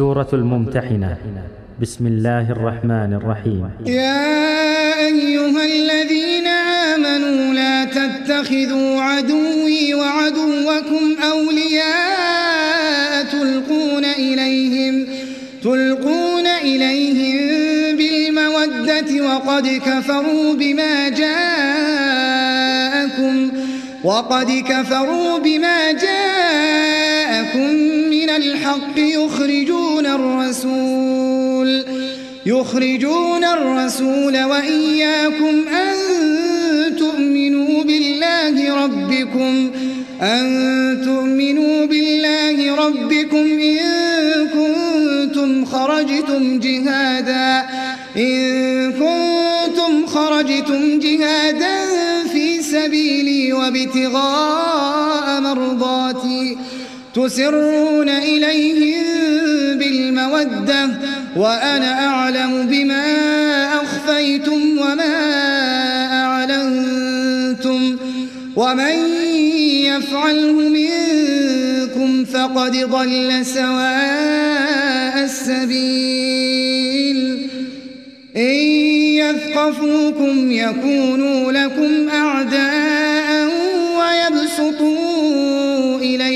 سورة الممتحنة. بسم الله الرحمن الرحيم. يا أيها الذين آمنوا لا تتخذوا عدوي وعدوكم أولياء تلقون إليهم بالمودة وقد كفروا بما جاءكم من الحق يخرجون الرسول وإياكم أن تؤمنوا بالله ربكم إن كنتم خرجتم جهادا في سبيلي وابتغاء مرضاتي تسرون إليهم بالمودة وأنا أعلم بما أخفيتم وما أعلنتم ومن يفعله منكم فقد ضل سواء السبيل. إن يثقفوكم يكونوا لكم أعداء ويبسطوا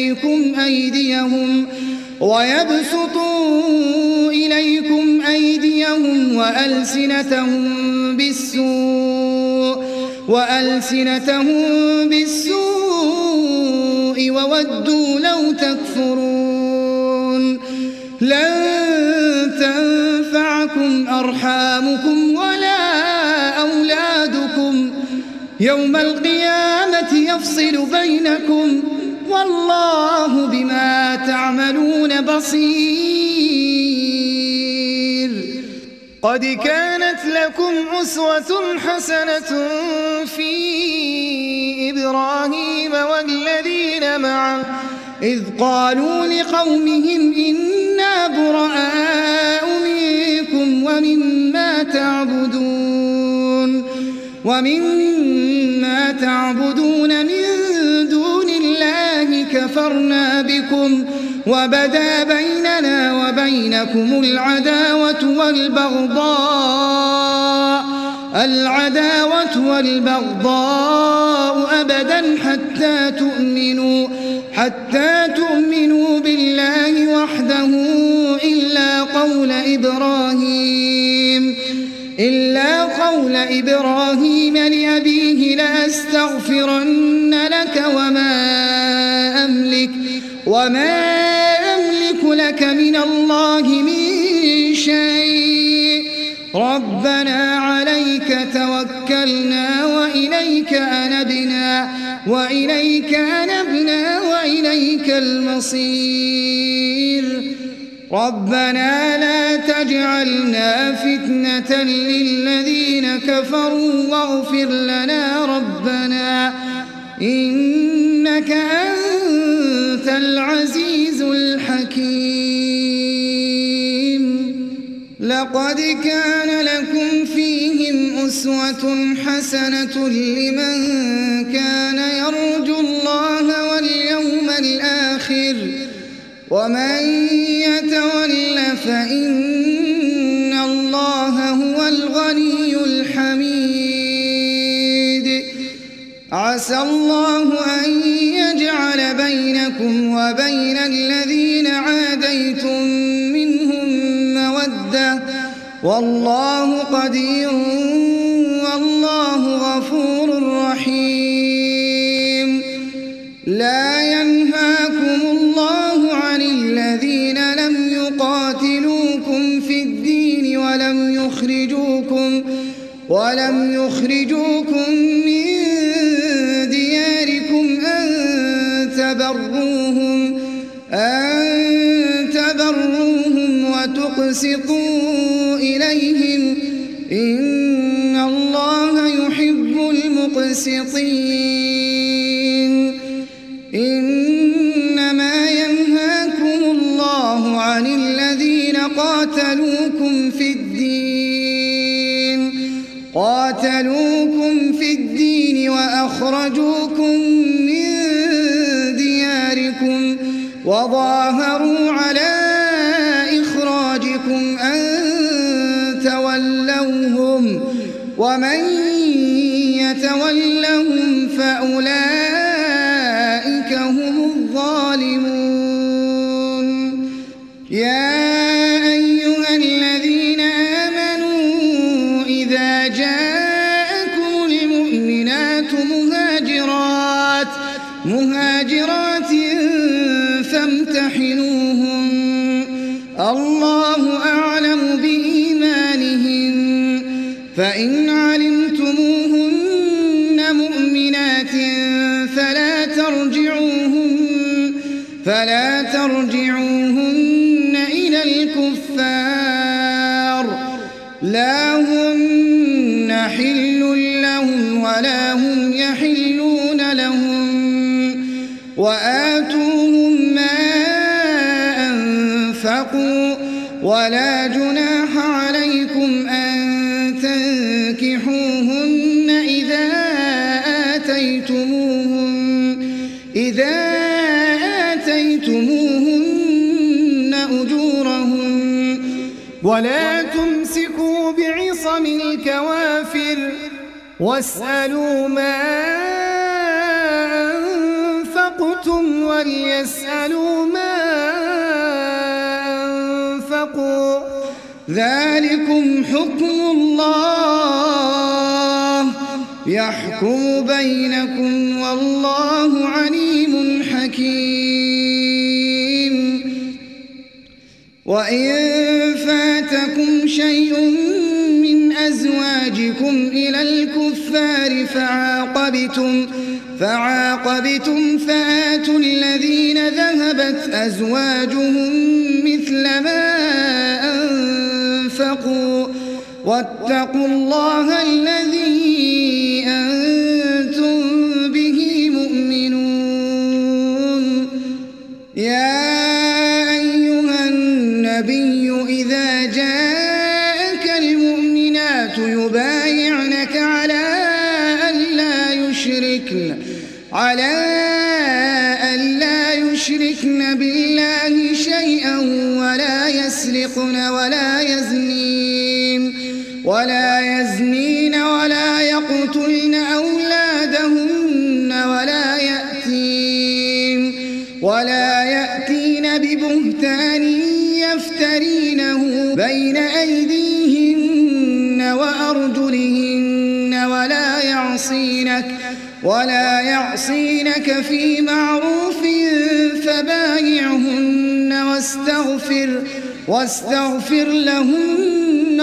إليكم أيديهم وألسنتهم بالسوء وودوا لو تكفرون. لن تنفعكم أرحامكم ولا أولادكم يوم القيامة يفصل بينكم والله بما تعملون بصير. قد كانت لكم أسوة حسنة في إبراهيم والذين معه إذ قالوا لقومهم إنا براء منكم ومما تعبدون من دون الله كفرنا بكم وبدا بيننا وبينكم العداوة والبغضاء أبدا حتى تؤمنوا بالله وحده إلا قول إبراهيم لأبيه لأستغفرن لك وما أملك لك من الله من شيء. ربنا عليك توكلنا وإليك أنبنا وإليك المصير. ربنا لا تجعلنا فتنة للذين كفروا واغفر لنا ربنا إنك أنت العزيز الحكيم. لقد كان لكم فيهم أسوة حسنة لمن كان يرجو الله واليوم الآخر ومن يتول فإن الله هو الغني الحميد. عسى الله أن يجعل بينكم وبين الذين عاديتم منهم مودة والله قدير والله غفور رحيم. لا ينهاكم الله عن الذين لم يقاتلوكم في الدين ولم يخرجوكم من دياركم أن تبروهم وتقسطوا إليهم إن الله يحب المقسطين. إنما ينهاكم الله عن الذين قاتلوكم في الدين وأخرجوكم من دياركم وظاهروا على ومن يتولهم فأولئك هم الظالمون. يا أيها الذين آمنوا إذا جاءكم المؤمنات مهاجرات فامتحنوهن الله أعلم بإيمانهن فإن علمتموهن مؤمنات فلا ترجعوهن إلى الكفار لا هن حل لهم ولا هم يحلون لهم وآتوهم ما أنفقوا ولا جناح عليكم أن تنكحوهن إذا آتيتموهن أجورهن ولا تمسكوا بعصم الكوافر واسألوا ما أنفقتم وليسألوا ما أنفقوا ذلكم حكم الله يحكم بينكم والله عليم حكيم. وإن فاتكم شيء من أزواجكم إلى الكفار فعاقبتم فآتوا الذين ذهبت أزواجهم مثل ما أنفقوا واتقوا الله الذي أنتم به مؤمنون. يا أيها النبي إذا جاءك المؤمنات يبايعنك على ألا يشركن بالله شيئا ولا يسرقن ولا يزنين ولا يقتلن أولادهن ولا يأتين ببهتان يفترينه بين أيديهن وأرجلهن ولا يعصينك في معروف فبايعهن واستغفر لهن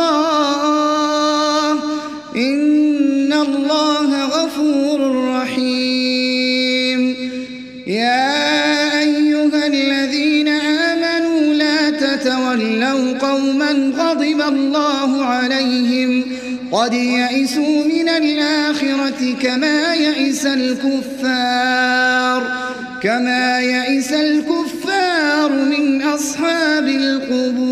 الله إن الله غفور رحيم. يا أيها الذين آمنوا لا تتولوا قوما غضب الله عليهم قد يئسوا من الآخرة كما يئس الكفار من أصحاب القبور.